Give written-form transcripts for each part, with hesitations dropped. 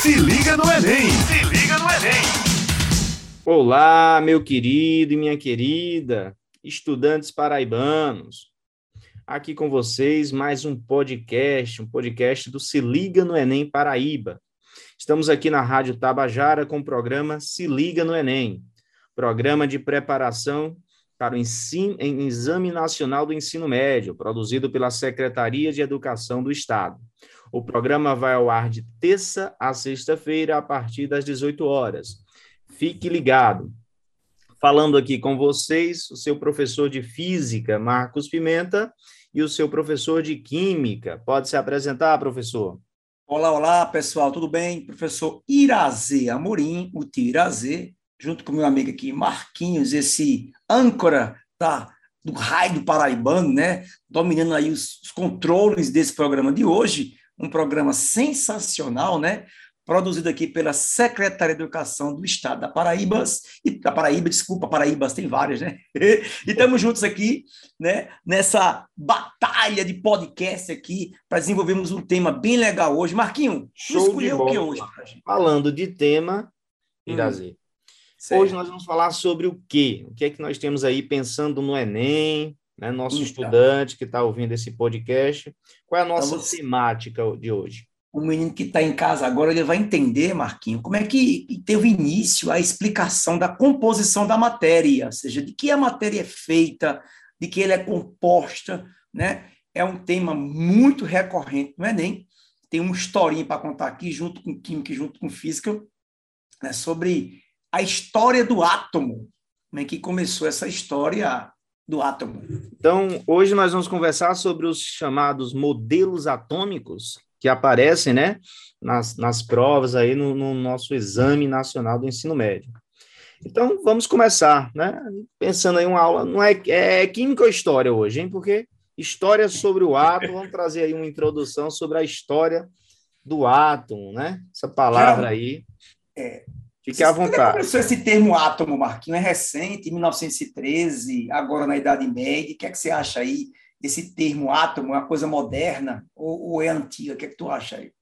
Se liga no Enem! Se liga no Enem! Olá, meu querido e minha querida, estudantes paraibanos. Aqui com vocês mais um podcast do Se Liga no Enem Paraíba. Estamos aqui na Rádio Tabajara com o programa Se Liga no Enem, programa de preparação para o Exame Nacional do Ensino Médio, produzido pela Secretaria de Educação do Estado. O programa vai ao ar de terça a sexta-feira, a partir das 18 horas. Fique ligado. Falando aqui com vocês, o seu professor de Física, Marcos Pimenta, e o seu professor de Química. Pode se apresentar, professor? Olá, pessoal, tudo bem? Professor Irazê Amorim, o tio Irazê, junto com meu amigo aqui, Marquinhos, esse âncora do raio do paraibano, né? Dominando aí os controles desse programa de hoje, um programa sensacional, né? Produzido aqui pela Secretaria de Educação do Estado da Paraíbas, Paraíbas tem várias, né? E estamos juntos aqui, né, nessa batalha de podcast aqui, para desenvolvermos um tema bem legal hoje. Marquinho, tu escolheu o que hoje? Falando de tema, Irazê, hoje nós vamos falar sobre o quê? O que é que nós temos aí pensando no Enem, né, nosso estudante que está ouvindo esse podcast. Qual é a nossa temática de hoje? O menino que está em casa agora, ele vai entender, Marquinho, como é que teve início a explicação da composição da matéria, ou seja, de que a matéria é feita, de que ela é composta, né? É um tema muito recorrente no Enem. Tem uma historinha para contar aqui, junto com Química e junto com Física, né, sobre a história do átomo, como é que começou essa história do átomo. Então, hoje nós vamos conversar sobre os chamados modelos atômicos, que aparecem, né, nas provas aí no nosso Exame Nacional do Ensino Médio. Então, vamos começar, né, pensando em uma aula, não é química ou história hoje, hein, porque história sobre o átomo, vamos trazer aí uma introdução sobre a história do átomo, né, essa palavra aí, fique à vontade. Como começou esse termo átomo, Marquinhos? É recente, em 1913, agora na Idade Média, o que é que você acha aí? Esse termo átomo é uma coisa moderna ou é antiga? O que é que tu acha aí?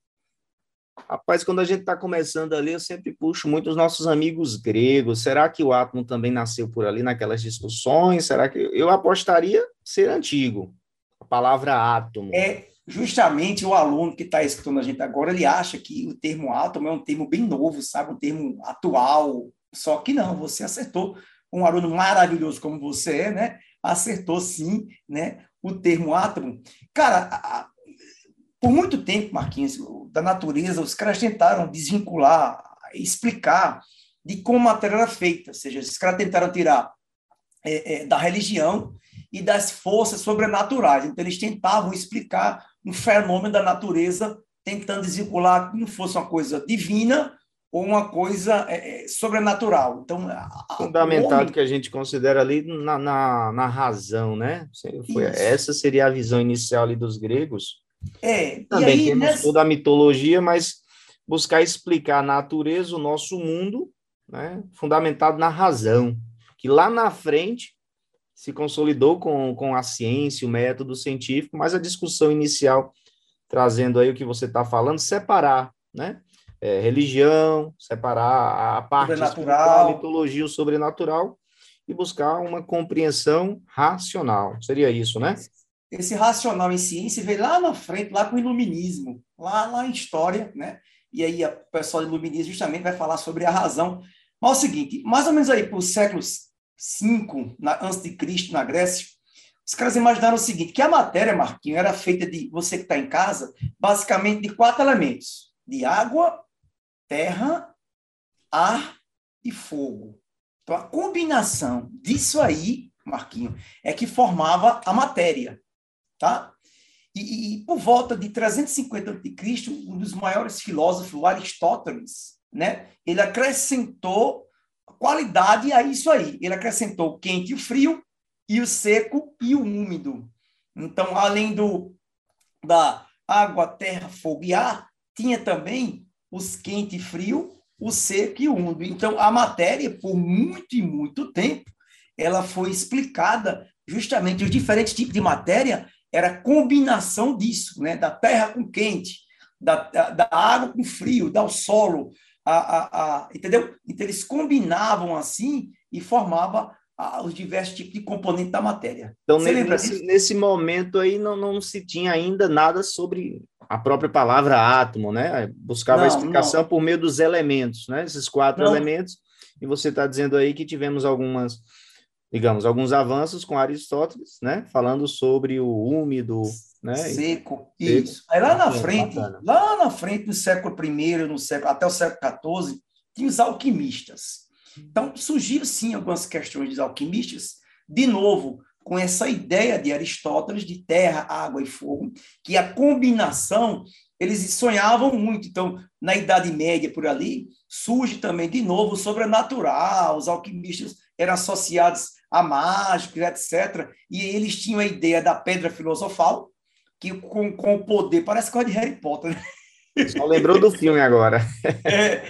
Rapaz, quando a gente está começando ali, eu sempre puxo muito os nossos amigos gregos. Será que o átomo também nasceu por ali naquelas discussões? Será que eu apostaria ser antigo? A palavra átomo. É justamente o aluno que está escutando a gente agora, ele acha que o termo átomo é um termo bem novo, sabe? Um termo atual. Só que não, você acertou. Um aluno maravilhoso como você é, né? Acertou sim, né? O termo átomo. Cara, por muito tempo, Marquinhos, da natureza, os caras tentaram desvincular, explicar de como a matéria era feita. Ou seja, os caras tentaram tirar da religião e das forças sobrenaturais. Então, eles tentavam explicar um fenômeno da natureza, tentando desvincular que não fosse uma coisa divina ou uma coisa sobrenatural. Então, fundamentado que a gente considera ali na razão, né? Essa seria a visão inicial ali dos gregos. Também e aí, temos toda a mitologia, mas buscar explicar a natureza, o nosso mundo, né? Fundamentado na razão, que lá na frente se consolidou com a ciência, o método científico, mas a discussão inicial, trazendo aí o que você está falando, separar, né? Religião, separar a parte espiritual, a mitologia, o sobrenatural, e buscar uma compreensão racional. Seria isso, né? Esse racional em ciência veio lá na frente, lá com o iluminismo, lá em história, né? E aí o pessoal do iluminismo justamente vai falar sobre a razão. Mas é o seguinte, mais ou menos aí para os séculos V, antes de Cristo, na Grécia, os caras imaginaram o seguinte, que a matéria, Marquinhos, era feita de, você que está em casa, basicamente de 4 elementos, de água, terra, ar e fogo. Então, a combinação disso aí, Marquinhos, é que formava a matéria, tá? E por volta de 350 a.C., um dos maiores filósofos, o Aristóteles, né? Ele acrescentou qualidade a isso aí. Ele acrescentou o quente e o frio, e o seco e o úmido. Então, além da água, terra, fogo e ar, tinha também os quente e frio, o seco e o úmido. Então, a matéria, por muito e muito tempo, ela foi explicada justamente os diferentes tipos de matéria, era a combinação disso, né? Da terra com quente, da água com frio, dá o solo, entendeu? Então, eles combinavam assim e formavam os diversos tipos de componentes da matéria. Então, Você lembra disso? nesse momento aí, não se tinha ainda nada sobre a própria palavra átomo, né? Buscava a Não, explicação não, por meio dos elementos, né? Esses quatro não. elementos, e você está dizendo aí que tivemos alguns avanços com Aristóteles, né? Falando sobre o úmido, né? E Seco, seco. isso. Aí Bacana, bacana. lá na frente, no século I, até o século XIV, tinha os alquimistas. Então, surgiram, sim, algumas questões dos alquimistas, de novo, com essa ideia de Aristóteles de terra, água e fogo, que a combinação, eles sonhavam muito. Então, na Idade Média, por ali, surge também, de novo, o sobrenatural, os alquimistas eram associados a mágicos, etc. E eles tinham a ideia da pedra filosofal, que com o poder, parece coisa de Harry Potter, né? Só lembrou do filme agora. É.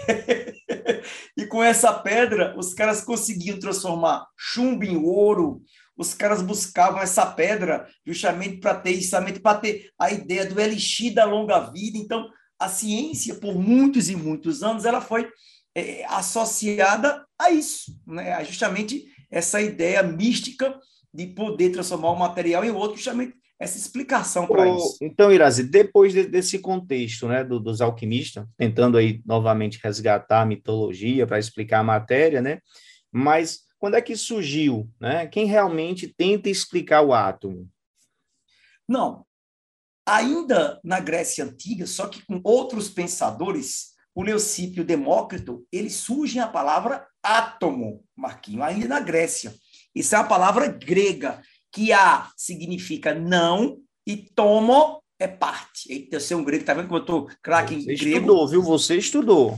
E com essa pedra, os caras conseguiam transformar chumbo em ouro, os caras buscavam essa pedra justamente para ter a ideia do elixir da longa vida. Então, a ciência, por muitos e muitos anos, ela foi associada a isso, né? Justamente essa ideia mística de poder transformar um material em outro, justamente essa explicação para isso. Então, Irazi, depois desse contexto, né, dos alquimistas, tentando aí novamente resgatar a mitologia para explicar a matéria, né, mas quando é que surgiu, né, quem realmente tenta explicar o átomo? Não, ainda na Grécia Antiga, só que com outros pensadores, o Leucípio e o Demócrito, eles surgem a palavra átomo, Marquinho, ainda na Grécia. Isso é uma palavra grega, que a significa não e tomo é parte. Eita, eu sou um grego, tá vendo como eu estou craque em Você grego? estudou, viu? Você estudou.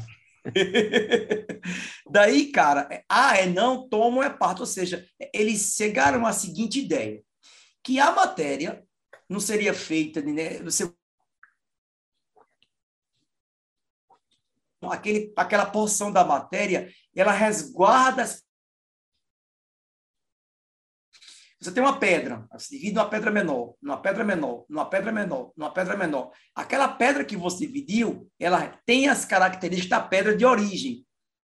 Daí, cara, é não, tomo é parte. Ou seja, eles chegaram à seguinte ideia, que a matéria não seria feita, né, aquela porção da matéria, ela resguarda. Você tem uma pedra, você divide numa pedra menor, numa pedra menor, numa pedra menor, numa pedra menor. Aquela pedra que você dividiu, ela tem as características da pedra de origem.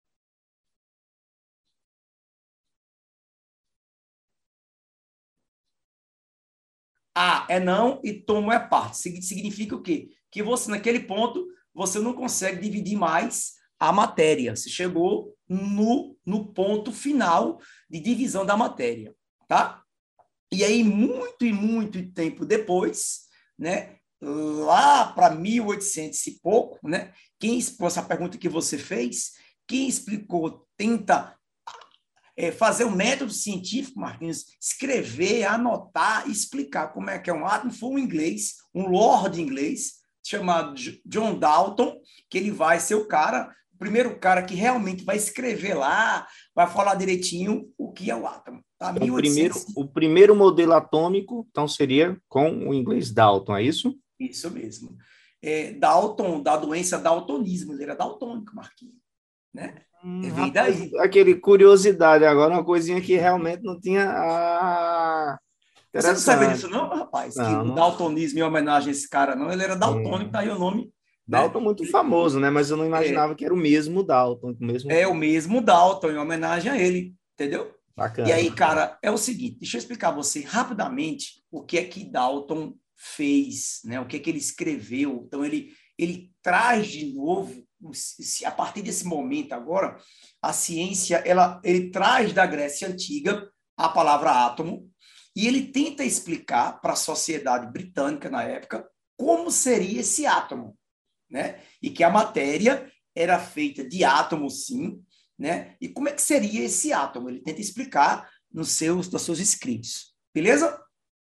A é não e tomo é parte. Significa o quê? Que você, naquele ponto, você não consegue dividir mais a matéria. Você chegou no ponto final de divisão da matéria, tá? E aí, muito e muito tempo depois, né, lá para 1800 e pouco, né, quem explicou essa pergunta que você fez, quem explicou, tenta fazer um método científico, Marquinhos, escrever, anotar, explicar como é que é um átomo, foi um inglês, um lord inglês, chamado John Dalton, que ele vai ser o primeiro cara que realmente vai escrever lá, vai falar direitinho o que é o átomo. Tá? Então, 1800... o primeiro modelo atômico, então, seria com o inglês Dalton, é isso? Isso mesmo. Dalton, da doença daltonismo, ele era daltônico, Marquinhos. Né? Vem Rapaz, daí. aquele curiosidade agora, uma coisinha que realmente não tinha. Você não sabe Interessante. disso, não, rapaz? Que Não, o não. daltonismo em homenagem a esse cara, não. Ele era daltônico, tá aí o nome. Né? Dalton muito famoso, né? Mas eu não imaginava que era o mesmo Dalton, o mesmo. É o mesmo Dalton, em homenagem a ele, entendeu? Bacana. E aí, cara, é o seguinte, deixa eu explicar a você rapidamente o que é que Dalton fez, né? O que é que ele escreveu. Então, ele traz de novo, a partir desse momento agora, a ciência, ele traz da Grécia Antiga a palavra átomo e ele tenta explicar para a sociedade britânica, na época, como seria esse átomo, né? E que a matéria era feita de átomos, sim, né? E como é que seria esse átomo? Ele tenta explicar nos seus escritos. Beleza?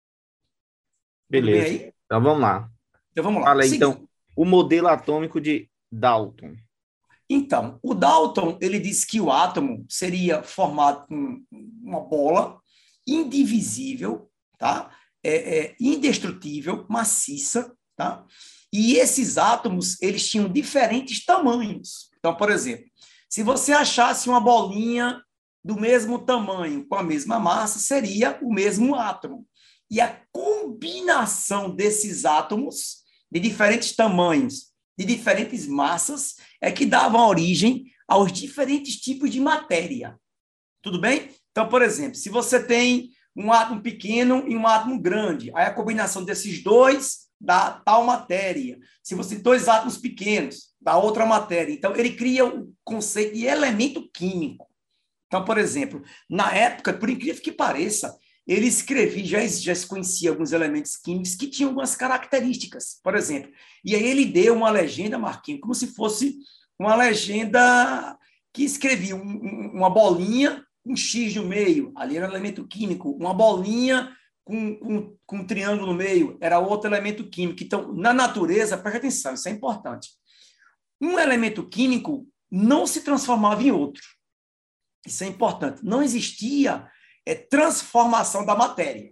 Beleza. Tudo bem aí? Então vamos lá. Então vamos lá. Fala aí, Seguinte. então, o modelo atômico de Dalton. Então, o Dalton, ele disse que o átomo seria formado com uma bola indivisível, tá? Indestrutível, maciça, tá? E esses átomos, eles tinham diferentes tamanhos. Então, por exemplo, se você achasse uma bolinha do mesmo tamanho, com a mesma massa, seria o mesmo átomo. E a combinação desses átomos de diferentes tamanhos, de diferentes massas, é que davam origem aos diferentes tipos de matéria. Tudo bem? Então, por exemplo, se você tem um átomo pequeno e um átomo grande, aí a combinação desses dois dá tal matéria. Se você tem dois átomos pequenos, dá outra matéria. Então, ele cria o conceito de elemento químico. Então, por exemplo, na época, por incrível que pareça, ele escrevia, já se conhecia alguns elementos químicos que tinham algumas características, por exemplo. E aí ele deu uma legenda, Marquinhos, como se fosse uma legenda que escrevia uma bolinha, um X no meio, ali era um elemento químico, uma bolinha com um triângulo no meio, era outro elemento químico. Então, na natureza, preste atenção, isso é importante. Um elemento químico não se transformava em outro. Isso é importante. Não existia transformação da matéria.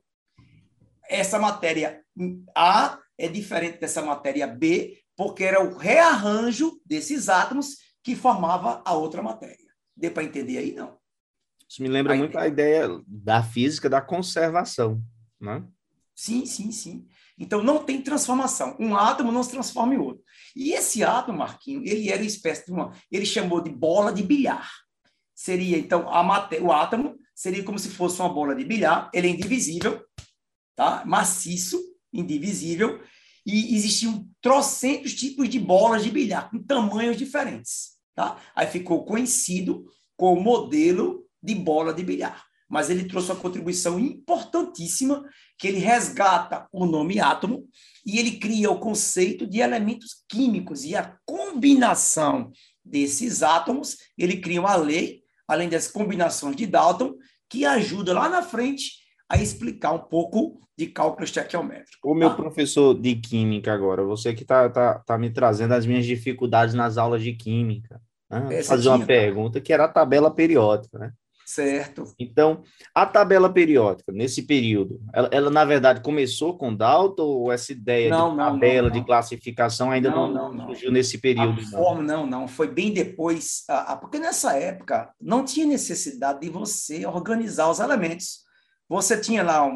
Essa matéria A é diferente dessa matéria B, porque era o rearranjo desses átomos que formava a outra matéria. Deu para entender aí, não? Isso me lembra muito a ideia da física da conservação, né? Sim, sim, sim. Então, não tem transformação. Um átomo não se transforma em outro. E esse átomo, Marquinhos, ele era uma espécie de ele chamou de bola de bilhar. Seria, então, o átomo seria como se fosse uma bola de bilhar, ele é indivisível, tá? Maciço, indivisível, e existiam trocentos tipos de bolas de bilhar, com tamanhos diferentes, tá? Aí ficou conhecido como modelo de bola de bilhar. Mas ele trouxe uma contribuição importantíssima, que ele resgata o nome átomo e ele cria o conceito de elementos químicos, e a combinação desses átomos, ele cria uma lei, além das combinações de Dalton, que ajuda lá na frente a explicar um pouco de cálculo estequiométrico. O meu professor de química agora, você que está me trazendo as minhas dificuldades nas aulas de química, né? Fazer uma pergunta que era a tabela periódica, né? Certo. Então, a tabela periódica, nesse período, ela na verdade começou com Dalton, ou essa ideia de tabela de classificação ainda não surgiu nesse período? Não. Foi bem depois, porque nessa época não tinha necessidade de você organizar os elementos. Você tinha lá,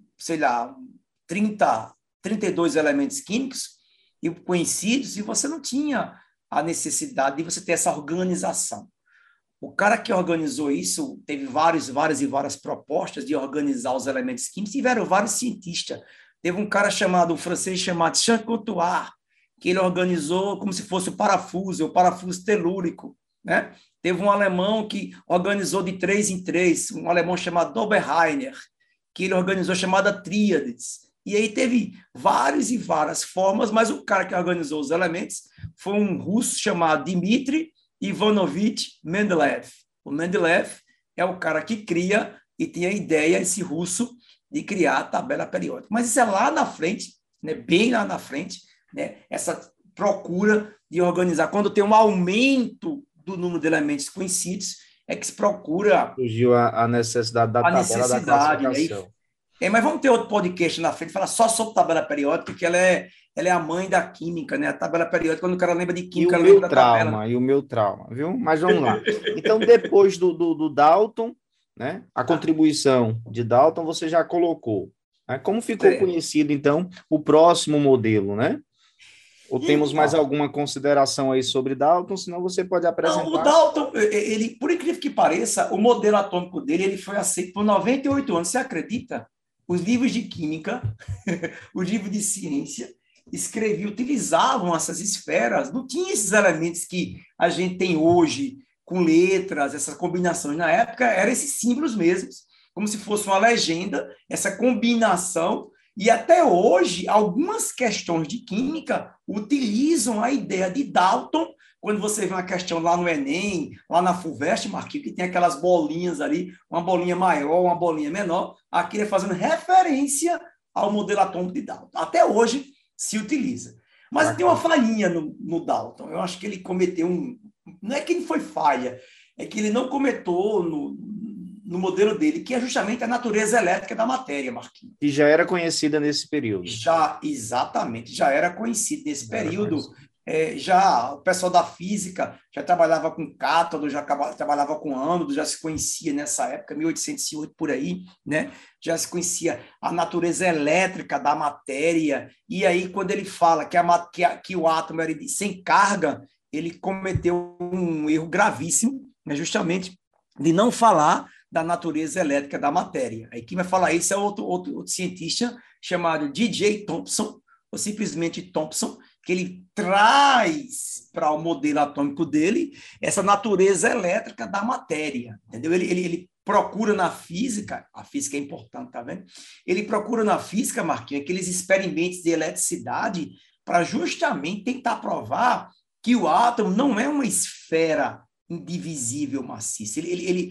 32 elementos químicos e conhecidos, e você não tinha a necessidade de você ter essa organização. O cara que organizou isso teve várias propostas de organizar os elementos químicos, tiveram vários cientistas. Teve um cara um francês chamado Champcontoir, que ele organizou como se fosse o parafuso telúrico, né? Teve um alemão que organizou de 3 em 3, um alemão chamado Doberheiner, que ele organizou chamada tríades. E aí teve várias formas, mas o cara que organizou os elementos foi um russo chamado Dmitry Ivanovich Mendeleev. O Mendeleev é o cara que cria e tem a ideia, esse russo, de criar a tabela periódica. Mas isso é lá na frente, né, bem lá na frente, né, essa procura de organizar. Quando tem um aumento do número de elementos conhecidos, é que se procura... Surgiu a necessidade da tabela da classificação. Né? Mas vamos ter outro podcast na frente, falar só sobre tabela periódica, porque ela é a mãe da química, né? A tabela periódica, quando o cara lembra de química, ela lembra da tabela. E o meu trauma, viu? Mas vamos lá. Então, depois do Dalton, né? A contribuição de Dalton você já colocou. Né? Como ficou conhecido, então, o próximo modelo, né? Ou temos mais alguma consideração aí sobre Dalton? Senão você pode apresentar. Não, o Dalton, ele, por incrível que pareça, o modelo atômico dele ele foi aceito por 98 anos. Você acredita? Os livros de química, os livros de ciência, utilizavam essas esferas, não tinha esses elementos que a gente tem hoje, com letras, essas combinações. Na época, eram esses símbolos mesmos, como se fosse uma legenda, essa combinação. E até hoje, algumas questões de química utilizam a ideia de Dalton. Quando você vê uma questão lá no Enem, lá na FUVEST, Marquinhos, que tem aquelas bolinhas ali, uma bolinha maior, uma bolinha menor, aqui é fazendo referência ao modelo atômico de Dalton. Até hoje se utiliza. Mas tem uma falhinha no Dalton. Eu acho que ele cometeu não é que ele foi falha, é que ele não cometeu no modelo dele, que é justamente a natureza elétrica da matéria, Marquinhos. Que já era conhecida nesse período. Exatamente, já era conhecido nesse período. Já o pessoal da física já trabalhava com cátodo, já trabalhava com ânodo, já se conhecia nessa época, 1808 por aí, né? Já se conhecia a natureza elétrica da matéria, e aí quando ele fala que o átomo era sem carga, ele cometeu um erro gravíssimo, né? Justamente de não falar da natureza elétrica da matéria. Aí quem vai falar isso é outro cientista chamado D.J. Thomson, ou simplesmente Thomson, que ele traz para o modelo atômico dele essa natureza elétrica da matéria, entendeu? Ele procura na física, a física é importante, tá vendo? Ele procura na física, Marquinhos, aqueles experimentos de eletricidade para justamente tentar provar que o átomo não é uma esfera indivisível maciça.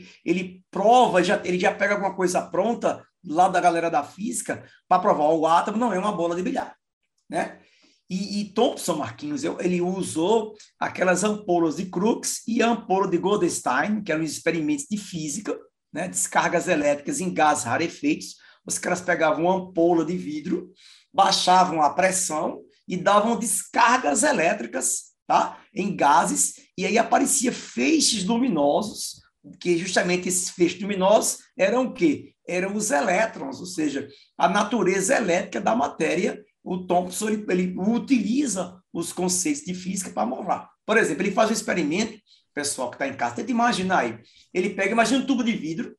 Ele prova, ele já pega alguma coisa pronta lá da galera da física para provar o átomo não é uma bola de bilhar, né? E Thomson, Marquinhos, ele usou aquelas ampolas de Crookes e a ampola de Goldstein, que eram experimentos de física, né? Descargas elétricas em gases rarefeitos. Os caras pegavam uma ampola de vidro, baixavam a pressão e davam descargas elétricas, tá? Em gases, e aí aparecia feixes luminosos, que justamente esses feixes luminosos eram o quê? Eram os elétrons, ou seja, a natureza elétrica da matéria. O Thomson ele utiliza os conceitos de física para mostrar. Por exemplo, ele faz um experimento, pessoal que está em casa, tenta imaginar aí. Ele imagina um tubo de vidro,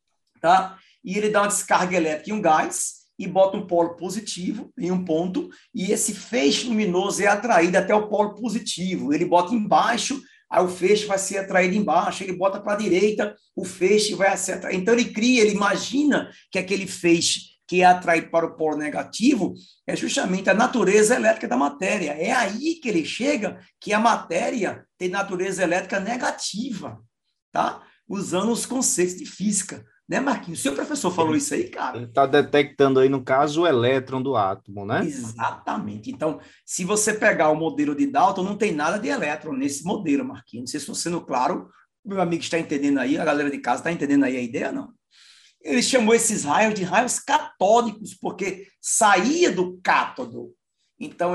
tá? E ele dá uma descarga elétrica em um gás e bota um polo positivo em um ponto, e esse feixe luminoso é atraído até o polo positivo. Ele bota embaixo, aí o feixe vai ser atraído embaixo, ele bota para a direita, o feixe vai ser atraído. Então ele imagina que aquele feixe que é atraído para o polo negativo é justamente a natureza elétrica da matéria. É aí que ele chega que a matéria tem natureza elétrica negativa, tá? Usando os conceitos de física. Né, Marquinhos? O seu professor falou isso aí, cara? Ele está detectando aí, no caso, o elétron do átomo, né? Exatamente. Então, se você pegar o modelo de Dalton, não tem nada de elétron nesse modelo, Marquinhos. Não sei se estou sendo claro, meu amigo está entendendo aí, a galera de casa está entendendo aí a ideia, não? Ele chamou esses raios de raios catódicos, porque saía do cátodo. Então,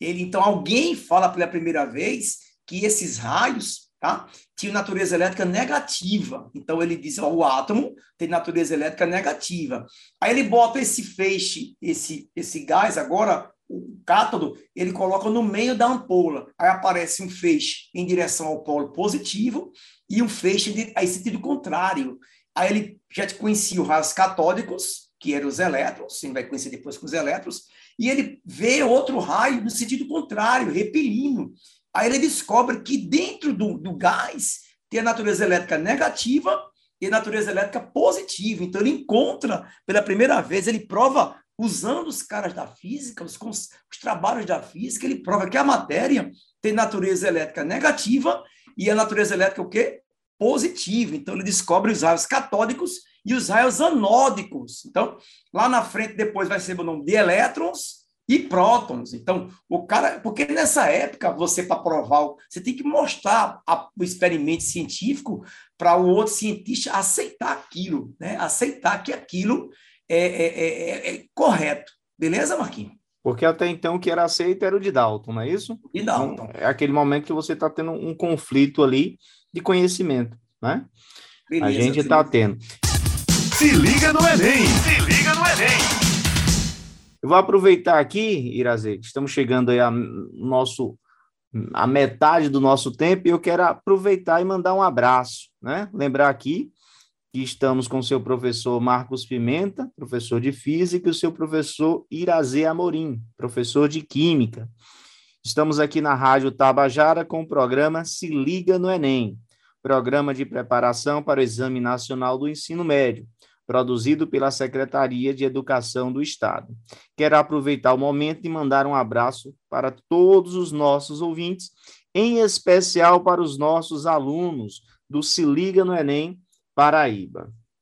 alguém fala pela primeira vez que esses raios, tá, tinham natureza elétrica negativa. Então, ele diz, ó, o átomo tem natureza elétrica negativa. Aí ele bota esse feixe, esse gás, agora, o cátodo, ele coloca no meio da ampola. Aí aparece um feixe em direção ao polo positivo e um feixe em sentido contrário. Aí ele já conhecia os raios catódicos, que eram os elétrons, você vai conhecer depois com os elétrons, e ele vê outro raio no sentido contrário, repelindo. Aí ele descobre que dentro do gás tem a natureza elétrica negativa e a natureza elétrica positiva. Então ele encontra, pela primeira vez, ele prova, usando os caras da física, os trabalhos da física, ele prova que a matéria tem natureza elétrica negativa e a natureza elétrica o quê? Positivo. Então, ele descobre os raios catódicos e os raios anódicos. Então, lá na frente, depois vai ser o nome de elétrons e prótons. Então, o cara... Porque nessa época, você, para provar, você tem que mostrar o experimento científico para o outro cientista aceitar aquilo, né? Aceitar que aquilo é correto. Beleza, Marquinhos? Porque até então o que era aceito era o de Dalton, não é isso? De Dalton. Então, é aquele momento que você está tendo um conflito ali de conhecimento, né? Beleza, a gente está tendo. Se liga no Enem! Se liga no Enem! Eu vou aproveitar aqui, Irazê, que estamos chegando aí a metade do nosso tempo, e eu quero aproveitar e mandar um abraço, né? Lembrar aqui que estamos com o seu professor Marcos Pimenta, professor de Física, e o seu professor Irazê Amorim, professor de Química. Estamos aqui na Rádio Tabajara com o programa Se Liga no Enem, programa de preparação para o Exame Nacional do Ensino Médio, produzido pela Secretaria de Educação do Estado. Quero aproveitar o momento e mandar um abraço para todos os nossos ouvintes, em especial para os nossos alunos do Se Liga no Enem Paraíba.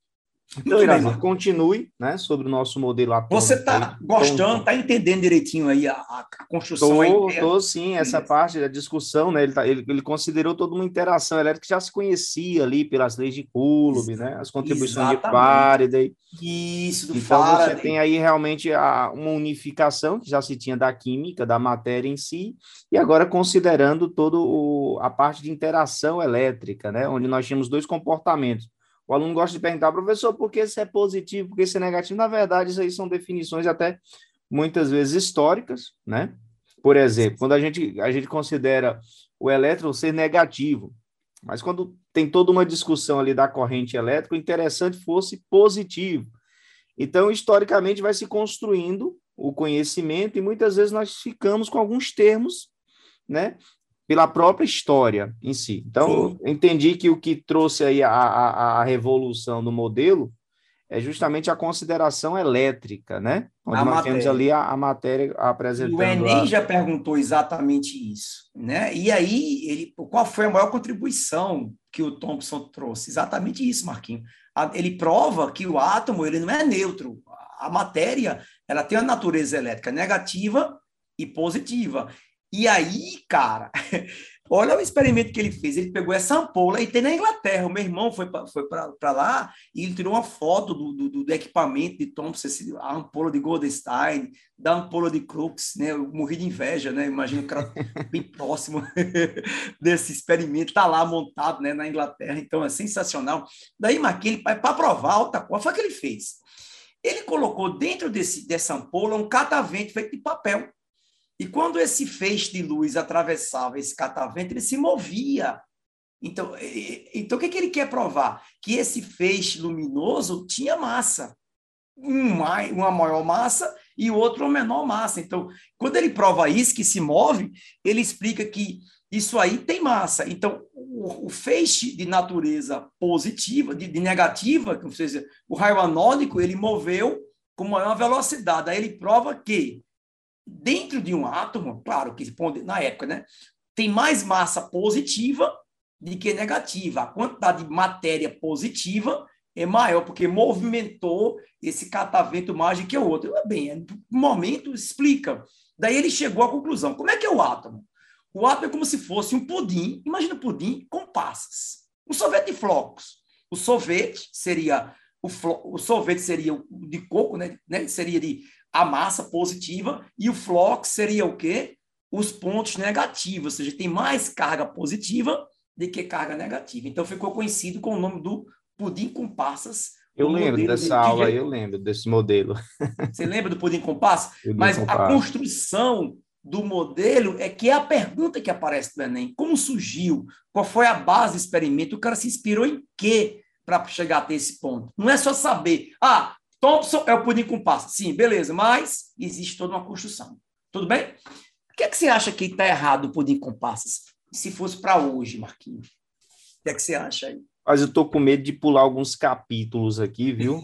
Então, Muito bem, Irazi, Marco. continue, né, sobre o nosso modelo Você atômico aí. está gostando, está entendendo direitinho aí a construção, a ideia? Tô sim, essa Beleza. parte da discussão, né? Ele considerou toda uma interação elétrica que já se conhecia ali pelas leis de Coulomb, né? As contribuições de Exatamente. Faraday. Isso, do Então você tem Faraday. aí realmente uma unificação que já se tinha da química, da matéria em si, e agora considerando todo a parte de interação elétrica, né? Onde nós tínhamos dois comportamentos. O aluno gosta de perguntar, professor, por que isso é positivo, por que isso é negativo? Na verdade, isso aí são definições até muitas vezes históricas, né? Por exemplo, quando a gente considera o elétron ser negativo, mas quando tem toda uma discussão ali da corrente elétrica, o interessante fosse positivo. Então, historicamente, vai se construindo o conhecimento e muitas vezes nós ficamos com alguns termos, né, pela própria história em si. Então, Sim, eu entendi que o que trouxe aí a revolução do modelo é justamente a consideração elétrica, né, onde a nós temos matéria. ali a matéria E o apresentando Enem a... já perguntou exatamente isso, né? E aí, qual foi a maior contribuição que o Thomson trouxe? Exatamente isso, Marquinhos. Ele prova que o átomo ele não é neutro. A matéria ela tem a natureza elétrica negativa e positiva. E aí, cara, olha o experimento que ele fez. Ele pegou essa ampola e tem na Inglaterra. O meu irmão foi para lá e ele tirou uma foto do equipamento de Thomson, a ampola de Goldstein, da ampola de Crookes, né? Eu morri de inveja, né? Imagina o cara bem próximo desse experimento, tá lá montado, né, na Inglaterra. Então é sensacional. Daí, Marquinhos, para provar outra coisa, foi o que ele fez. Ele colocou dentro dessa ampola um catavento feito de papel. E quando esse feixe de luz atravessava esse catavento, ele se movia. Então o que ele quer provar? Que esse feixe luminoso tinha massa. Uma maior massa e o outro uma menor massa. Então, quando ele prova isso, que se move, ele explica que isso aí tem massa. Então, o feixe de natureza positiva, de negativa, ou seja, o raio anônico, ele moveu com maior velocidade. Aí ele prova que dentro de um átomo, claro que na época, né, tem mais massa positiva do que negativa. A quantidade de matéria positiva é maior, porque movimentou esse catavento mais do que o outro. Bem, no momento, explica. Daí ele chegou à conclusão. Como é que é o átomo? O átomo é como se fosse um pudim. Imagina um pudim com passas. Um sorvete de flocos. O sorvete seria o sorvete seria de coco, né? Seria de a massa positiva, e o flux seria o quê? Os pontos negativos, ou seja, tem mais carga positiva do que carga negativa. Então, ficou conhecido com o nome do pudim com passas, o Eu lembro modelo dessa de aula, DJ. eu lembro desse modelo, Você lembra do pudim com passas? pudim Mas com a passa. construção do modelo é que é a pergunta que aparece no Enem. Como surgiu? Qual foi a base do experimento? O cara se inspirou em quê para chegar até esse ponto? Não é só saber, Thomson é o pudim com passas. Sim, beleza, mas existe toda uma construção. Tudo bem? O que é que você acha que está errado o pudim com passas? Se fosse para hoje, Marquinhos, o que é que você acha aí? Mas eu tô com medo de pular alguns capítulos aqui, viu?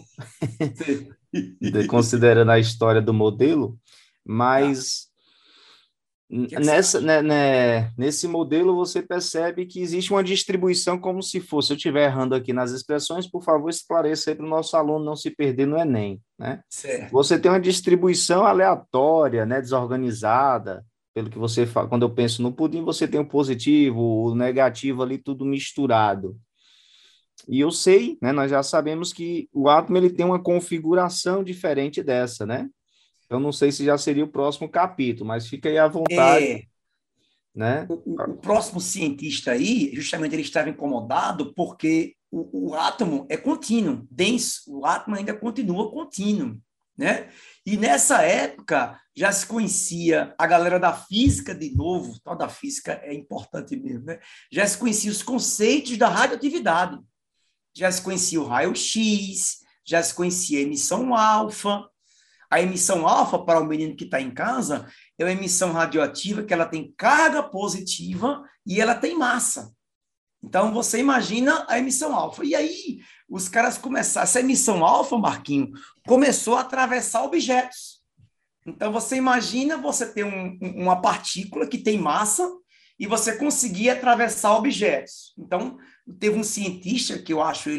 Considerando a história do modelo, Tá. mas O que é que você acha? nesse modelo você percebe que existe uma distribuição como se fosse, se eu estiver errando aqui nas expressões, por favor, esclareça aí para o nosso aluno não se perder no Enem, né? Certo. Você tem uma distribuição aleatória, né, desorganizada, pelo que você fala. Quando eu penso no pudim, você tem o positivo, o negativo ali, tudo misturado. E eu sei, né, nós já sabemos que o átomo ele tem uma configuração diferente dessa, né? Eu não sei se já seria o próximo capítulo, mas fica aí à vontade, É, né? o próximo cientista aí, justamente ele estava incomodado porque o átomo é contínuo, denso, o átomo ainda continua contínuo, né? E nessa época já se conhecia a galera da física, de novo, tal da física é importante mesmo, né? Já se conhecia os conceitos da radioatividade, já se conhecia o raio-x, já se conhecia a emissão alfa. A emissão alfa, para o menino que está em casa, é uma emissão radioativa que ela tem carga positiva e ela tem massa. Então, você imagina a emissão alfa. E aí, os caras começaram... Essa emissão alfa, Marquinho, começou a atravessar objetos. Então, você imagina você ter uma partícula que tem massa e você conseguir atravessar objetos. Então, teve um cientista, que eu acho ele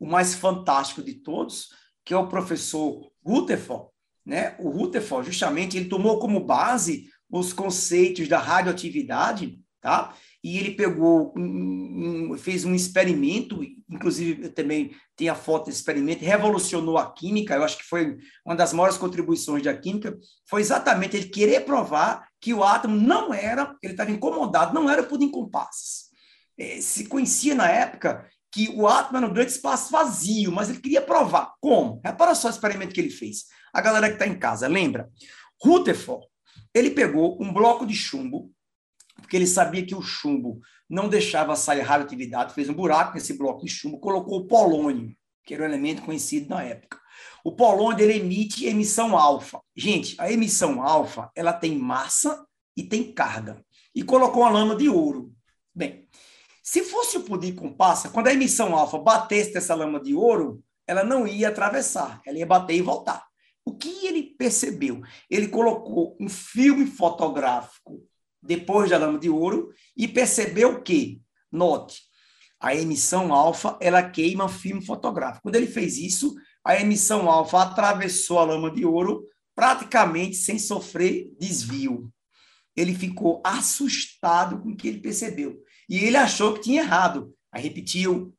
o mais fantástico de todos, que é o professor Rutherford, né? O Rutherford, justamente, ele tomou como base os conceitos da radioatividade, tá? E ele pegou, fez um experimento, inclusive eu também tem a foto desse experimento, revolucionou a química, eu acho que foi uma das maiores contribuições da química, foi exatamente ele querer provar que o átomo não era, ele estava incomodado, não era pudim com passas. Se conhecia na época que o átomo era um grande espaço vazio, mas ele queria provar. Como? Repara só o experimento que ele fez. A galera que está em casa, lembra? Rutherford, ele pegou um bloco de chumbo, porque ele sabia que o chumbo não deixava sair radioatividade, fez um buraco nesse bloco de chumbo, colocou o polônio, que era um elemento conhecido na época. O polônio, ele emite emissão alfa. Gente, a emissão alfa, ela tem massa e tem carga. E colocou uma lama de ouro. Bem, se fosse o pudim com passa, quando a emissão alfa batesse nessa lama de ouro, ela não ia atravessar, ela ia bater e voltar. O que ele percebeu? Ele colocou um filme fotográfico depois da lama de ouro e percebeu que, note, a emissão alfa, ela queima filme fotográfico. Quando ele fez isso, a emissão alfa atravessou a lama de ouro praticamente sem sofrer desvio. Ele ficou assustado com o que ele percebeu. E ele achou que tinha errado. Aí repetiu.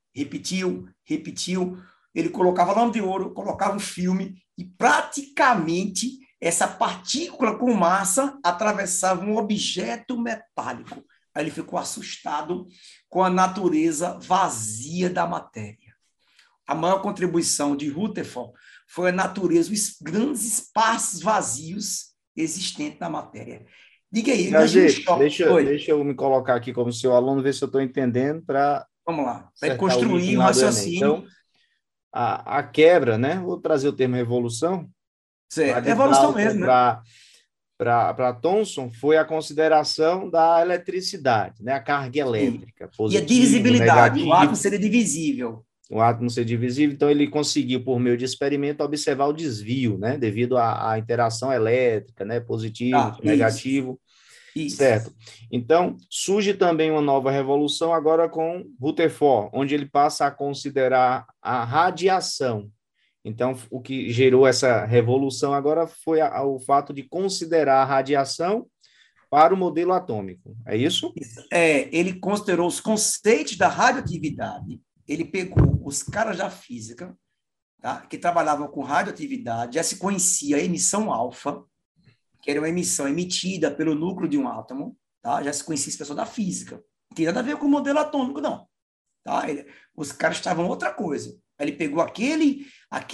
Ele colocava a lama de ouro, colocava um filme e praticamente essa partícula com massa atravessava um objeto metálico. Aí ele ficou assustado com a natureza vazia da matéria. A maior contribuição de Rutherford foi a natureza, os grandes espaços vazios existentes na matéria. Diga aí, imagina o choque. Deixa eu me colocar aqui como seu aluno, ver se eu estou entendendo para... Vamos lá, para construir o raciocínio. Então, a quebra, né? Vou trazer o termo revolução. Certo, revolução mesmo, né? Para Thomson, foi a consideração da eletricidade, né? A carga elétrica. E a divisibilidade, negativo, o átomo seria divisível. O átomo ser divisível, então ele conseguiu, por meio de experimento, observar o desvio, né? Devido à interação elétrica, né? Positivo, negativo. Isso. Certo. Então, surge também uma nova revolução agora com Rutherford, onde ele passa a considerar a radiação. Então, o que gerou essa revolução agora foi o fato de considerar a radiação para o modelo atômico. É isso? Ele considerou os conceitos da radioatividade. Ele pegou os caras da física, tá, que trabalhavam com radioatividade, já se conhecia a emissão alfa, que era uma emissão emitida pelo núcleo de um átomo, tá? Já se conhecia esse pessoal da física. Não tem nada a ver com o modelo atômico, não. Tá? Os caras estavam outra coisa. Ele pegou aquele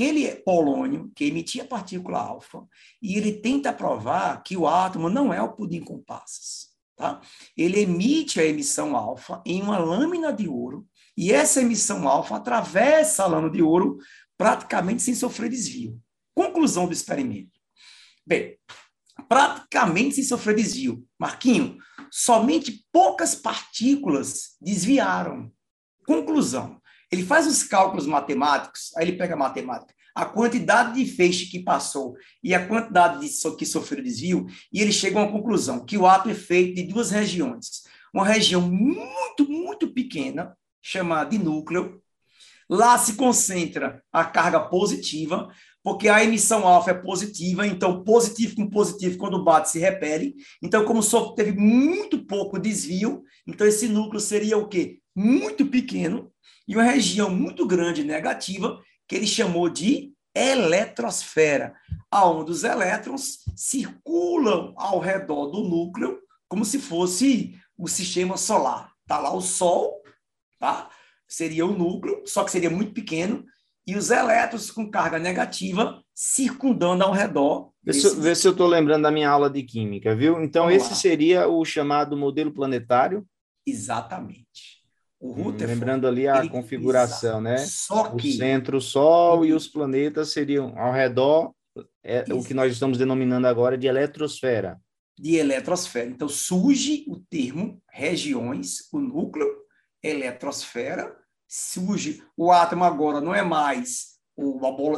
polônio que emitia a partícula alfa e ele tenta provar que o átomo não é o pudim com passas. Tá? Ele emite a emissão alfa em uma lâmina de ouro e essa emissão alfa atravessa a lâmina de ouro praticamente sem sofrer desvio. Conclusão do experimento. Bem, praticamente sem sofrer desvio. Marquinho, somente poucas partículas desviaram. Conclusão. Ele faz os cálculos matemáticos, aí ele pega a matemática, a quantidade de feixe que passou e a quantidade que sofreu desvio, e ele chega a uma conclusão, que o átomo é feito de duas regiões. Uma região muito, muito pequena, chamada de núcleo. Lá se concentra a carga positiva, porque a emissão alfa é positiva, então positivo com positivo, quando bate, se repele. Então, como só teve muito pouco desvio, então esse núcleo seria o quê? Muito pequeno, e uma região muito grande negativa, que ele chamou de eletrosfera, onde os elétrons circulam ao redor do núcleo, como se fosse o sistema solar. Está lá o Sol, tá? Seria o núcleo, só que seria muito pequeno, e os elétrons com carga negativa circundando ao redor. Vê se eu estou lembrando da minha aula de química, viu? Então, esse seria o chamado modelo planetário? Exatamente. O Rutherford, lembrando ali a configuração, né? Só que... O centro, Sol, e os planetas seriam ao redor, o que nós estamos denominando agora de eletrosfera. De eletrosfera. Então, surge o termo regiões, o núcleo, eletrosfera, surge o átomo agora não é mais o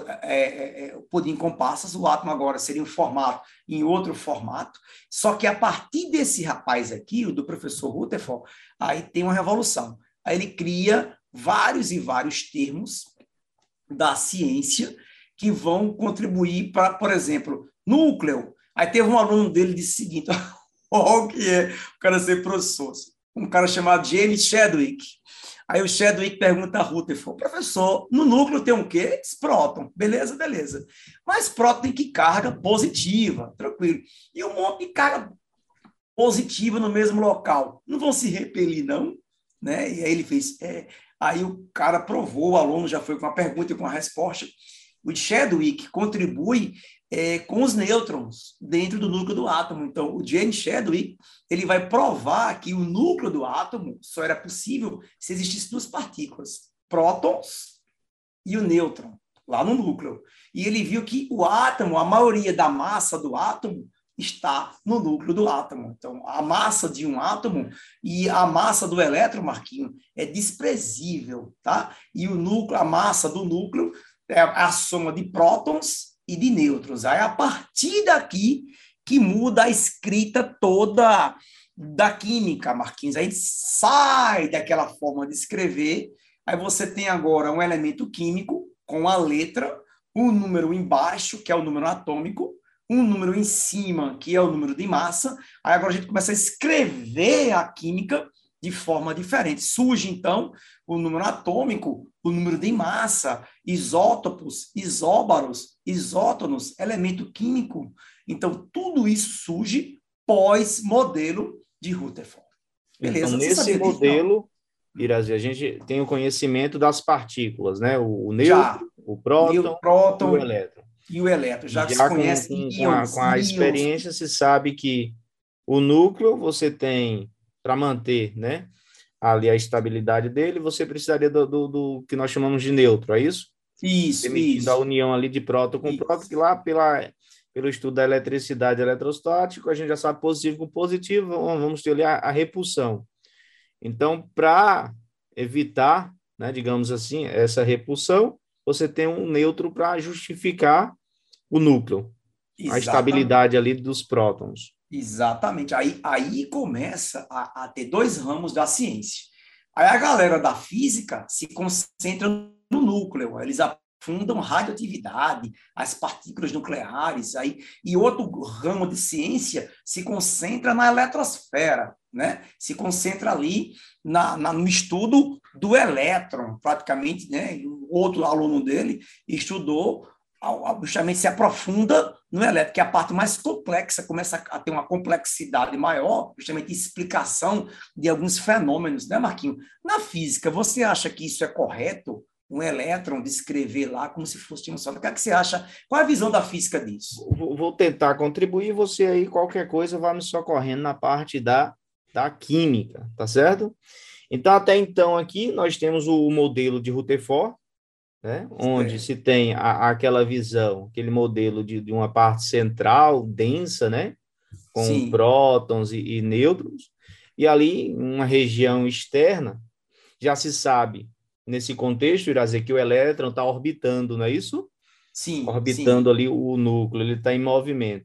pudim com passas, o átomo agora seria um formato em outro formato, só que a partir desse rapaz aqui, o do professor Rutherford, aí tem uma revolução. Aí ele cria vários e vários termos da ciência que vão contribuir para, por exemplo, núcleo. Aí teve um aluno dele que disse o seguinte, olha o que é o cara ser professor, um cara chamado James Chadwick. Aí o Chadwick pergunta a Rutherford, professor, no núcleo tem um quê? Diz próton. Beleza, beleza. Mas próton tem que carga positiva, tranquilo. E um monte de carga positiva no mesmo local. Não vão se repelir, não? Né? E aí ele fez... Aí o cara provou, o aluno já foi com a pergunta e com a resposta. O Chadwick contribui com os nêutrons dentro do núcleo do átomo. Então, o James Chadwick ele vai provar que o núcleo do átomo só era possível se existissem duas partículas, prótons e o nêutron, lá no núcleo. E ele viu que o átomo, a maioria da massa do átomo, está no núcleo do átomo. Então, a massa de um átomo e a massa do elétron, Marquinho, é desprezível, tá? E o núcleo, a massa do núcleo é a soma de prótons e de nêutrons. Aí, a partir daqui, que muda a escrita toda da química, Marquinhos. Aí sai daquela forma de escrever, aí você tem agora um elemento químico com a letra, um número embaixo, que é o número atômico, um número em cima, que é o número de massa. Aí agora a gente começa a escrever a química de forma diferente. Surge, então, o número atômico, o número de massa, isótopos, isóbaros, isótonos, elemento químico. Então, tudo isso surge pós-modelo de Rutherford. Beleza? Então, nesse modelo, Irazi, a gente tem o conhecimento das partículas, né? O nêutron, o próton, e o elétron. E o elétron, já que se conhece com a experiência, se sabe que o núcleo você tem, para manter, né, ali a estabilidade dele, você precisaria do que nós chamamos de nêutron, é isso? Isso. A união ali de próton com próton, que lá pelo estudo da eletricidade eletrostática, a gente já sabe positivo com positivo, vamos ter ali a repulsão. Então, para evitar, né, digamos assim, essa repulsão, você tem um nêutron para justificar o núcleo, a estabilidade ali dos prótons. Exatamente. Aí começa a ter dois ramos da ciência. Aí a galera da física se concentra no núcleo, eles aprofundam radioatividade, as partículas nucleares, e outro ramo de ciência se concentra na eletrosfera, né? Se concentra ali no estudo do elétron, praticamente, né? Outro aluno dele estudou, justamente se aprofunda no elétron, que é a parte mais complexa, começa a ter uma complexidade maior, justamente explicação de alguns fenômenos, né, Marquinho? Na física, você acha que isso é correto? Um elétron descrever lá como se fosse um sólido. O que é que você acha? Qual é a visão da física disso? Vou tentar contribuir, você aí, qualquer coisa, vai me socorrendo na parte da química, tá certo? Então, até então, aqui, nós temos o modelo de Rutherford, né? Onde se tem aquela visão, aquele modelo de uma parte central, densa, né? Com prótons e nêutrons, e ali, uma região externa, já se sabe, nesse contexto, Irazi, que o elétron está orbitando, não é isso? Sim. Orbitando ali o núcleo, ele está em movimento.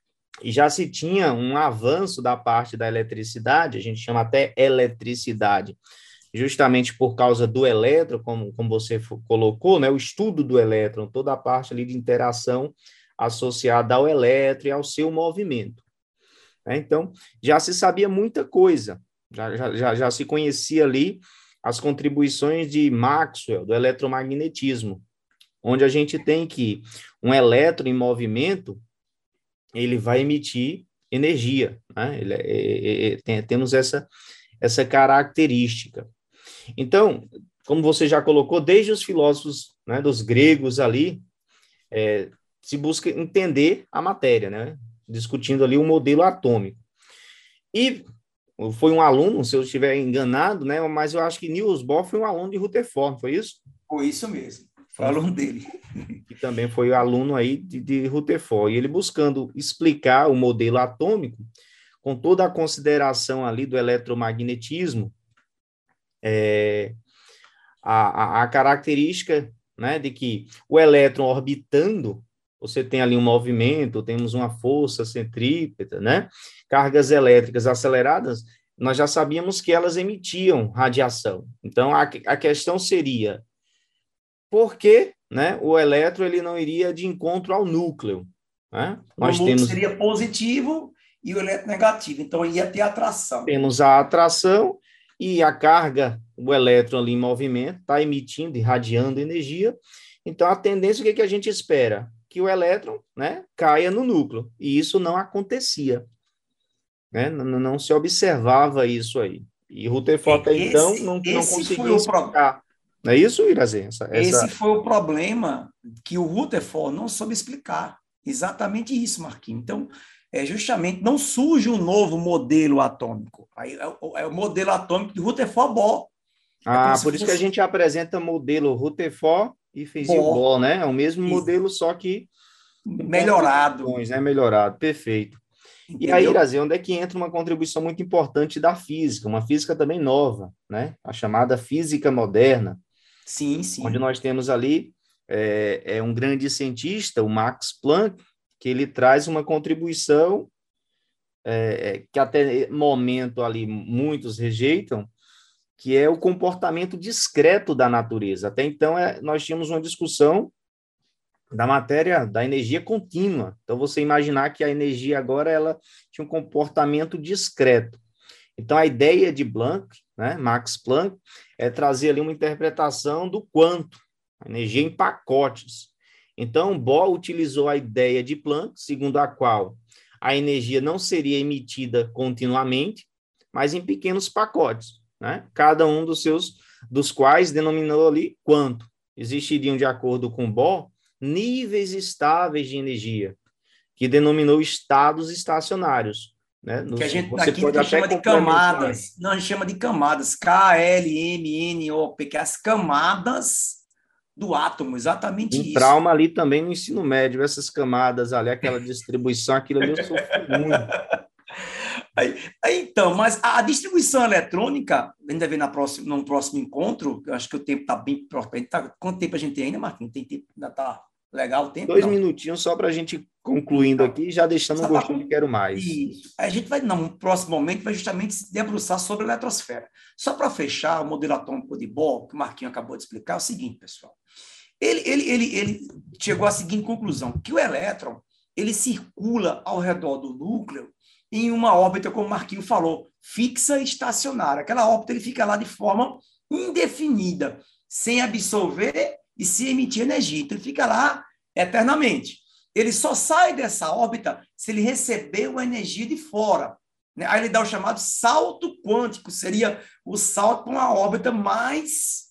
E já se tinha um avanço da parte da eletricidade, a gente chama até eletricidade, justamente por causa do elétron, como você colocou, né, o estudo do elétron, toda a parte ali de interação associada ao elétron e ao seu movimento. Então, já se sabia muita coisa, já se conhecia ali as contribuições de Maxwell, do eletromagnetismo, onde a gente tem que um elétron em movimento, ele vai emitir energia, né? Temos essa característica. Então, como você já colocou, desde os filósofos, né, dos gregos ali, se busca entender a matéria, né? Discutindo ali o modelo atômico. E foi um aluno, se eu estiver enganado, né? Mas eu acho que Niels Bohr foi um aluno de Rutherford, foi isso? Foi isso mesmo, foi aluno dele. Que também foi aluno aí de Rutherford. E ele buscando explicar o modelo atômico com toda a consideração ali do eletromagnetismo, a característica, né, de que o elétron orbitando, você tem ali um movimento, temos uma força centrípeta, né? Cargas elétricas aceleradas, nós já sabíamos que elas emitiam radiação. Então, a questão seria, por que né, o elétron ele não iria de encontro ao núcleo, né? O núcleo seria positivo e o elétron negativo, então ia ter atração. Temos a atração e a carga, o elétron ali em movimento, está emitindo, irradiando energia. Então, a tendência, o que a gente espera? Que o elétron, né, caia no núcleo. E isso não acontecia. Né? Não se observava isso aí. E Rutherford, até então, não conseguia explicar. Não é isso, Irazê? Esse foi o problema que o Rutherford não soube explicar. Exatamente isso, Marquinhos. Então, justamente, não surge um novo modelo atômico. É o modelo atômico de Rutherford-Bohr. Por isso que a gente apresenta modelo Rutherford e Feijão-Bohr, né? É o mesmo modelo, só que melhorado. Né? Melhorado, perfeito. Entendeu? E aí, Irazê, onde é que entra uma contribuição muito importante da física, uma física também nova, né? A chamada física moderna. Sim, sim. Onde nós temos ali um grande cientista, o Max Planck, que ele traz uma contribuição que até momento ali muitos rejeitam, que é o comportamento discreto da natureza. Até então, nós tínhamos uma discussão da matéria, da energia contínua. Então, você imaginar que a energia agora ela tinha um comportamento discreto. Então, a ideia de Planck, né, Max Planck, é trazer ali uma interpretação do quanto, a energia em pacotes. Então, Bohr utilizou a ideia de Planck, segundo a qual a energia não seria emitida continuamente, mas em pequenos pacotes, né? Cada um dos quais denominou ali quanto. Existiriam, de acordo com Bohr, níveis estáveis de energia, que denominou estados estacionários. Né? Que a gente aqui chama de camadas. Não, a gente chama de camadas. K-L-M-N-O-P, que é as camadas do átomo, exatamente isso. Trauma ali também no ensino médio, essas camadas ali, aquela distribuição, aquilo ali eu sofri muito. Então, mas a distribuição eletrônica, ainda vem no próximo encontro, eu acho que o tempo está bem próximo. Quanto tempo a gente tem ainda, Marquinhos? Tem tempo? Ainda está legal o tempo? 2 minutinhos só para a gente concluindo aqui, já deixando um gostinho de quero mais. Isso. A gente vai, no próximo momento, vai justamente se debruçar sobre a eletrosfera. Só para fechar, o modelo atômico de Bohr, que o Marquinhos acabou de explicar, é o seguinte, pessoal. Ele chegou à seguinte conclusão, que o elétron ele circula ao redor do núcleo em uma órbita, como o Marquinhos falou, fixa e estacionária. Aquela órbita ele fica lá de forma indefinida, sem absorver e sem emitir energia. Então, ele fica lá eternamente. Ele só sai dessa órbita se ele receber uma energia de fora. Aí ele dá o chamado salto quântico, seria o salto para uma órbita mais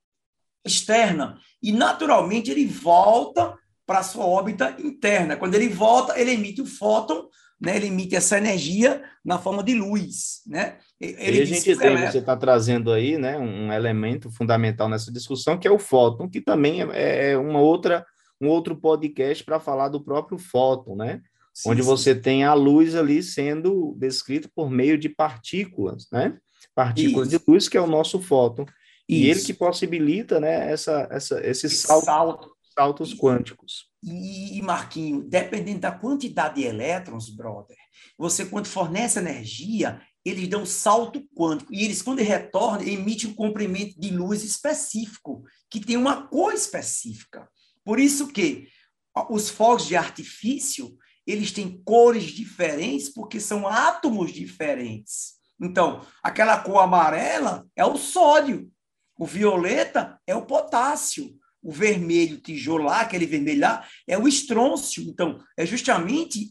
externa. E, naturalmente, ele volta para a sua órbita interna. Quando ele volta, ele emite o fóton, né? Ele emite essa energia na forma de luz. Né? Ele você está trazendo aí, né, um elemento fundamental nessa discussão, que é o fóton, que também é um outro podcast para falar do próprio fóton, né? Sim, onde você tem a luz ali sendo descrita por meio de partículas, né? Partículas de luz, que é o nosso fóton. E ele que possibilita, né, esses saltos quânticos. E, Marquinho, dependendo da quantidade de elétrons, brother, você, quando fornece energia, eles dão um salto quântico. E eles, quando retornam, emitem um comprimento de luz específico, que tem uma cor específica. Por isso que os fogos de artifício, eles têm cores diferentes, porque são átomos diferentes. Então, aquela cor amarela é o sódio, o violeta é o potássio, o vermelho tijolar, aquele vermelho lá, é o estrôncio. Então, é justamente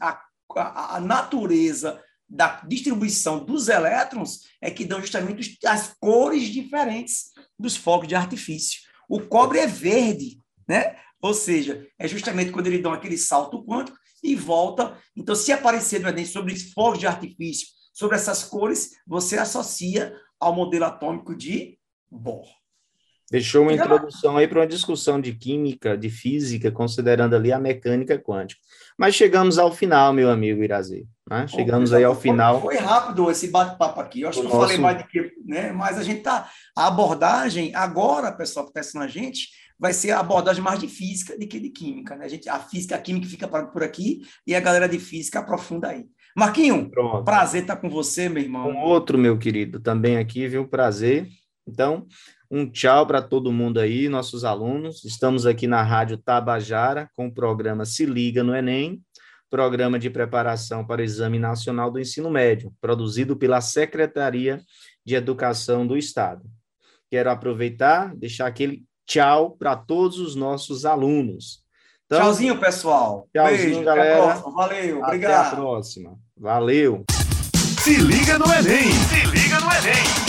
a natureza da distribuição dos elétrons é que dão justamente as cores diferentes dos fogos de artifício. O cobre é verde, né? Ou seja, é justamente quando eles dão aquele salto quântico e volta. Então, se aparecer no Enem sobre os fogos de artifício, sobre essas cores, você associa ao modelo atômico de Bohr. Deixou uma introdução aí para uma discussão de química, de física, considerando ali a mecânica quântica. Mas chegamos ao final, meu amigo Irazê. Né? Chegamos aí ao final. Foi rápido esse bate-papo aqui. Eu acho que eu falei mais do que... Né? Mas a gente tá... A abordagem, agora, pessoal que está assistindo a gente, vai ser a abordagem mais de física do que de química. Né? A química fica por aqui e a galera de física aprofunda aí. Marquinho, prazer estar com você, meu irmão. Um outro, meu querido, também aqui, viu? Prazer. Então, Um tchau para todo mundo aí, nossos alunos. Estamos aqui na Rádio Tabajara com o programa Se Liga no Enem, programa de preparação para o Exame Nacional do Ensino Médio, produzido pela Secretaria de Educação do Estado. Quero aproveitar, deixar aquele tchau para todos os nossos alunos. Então, tchauzinho, pessoal. Tchauzinho, beijo, galera. Até a próxima. Valeu, obrigado. Até a próxima. Valeu. Se liga no Enem. Se liga no Enem.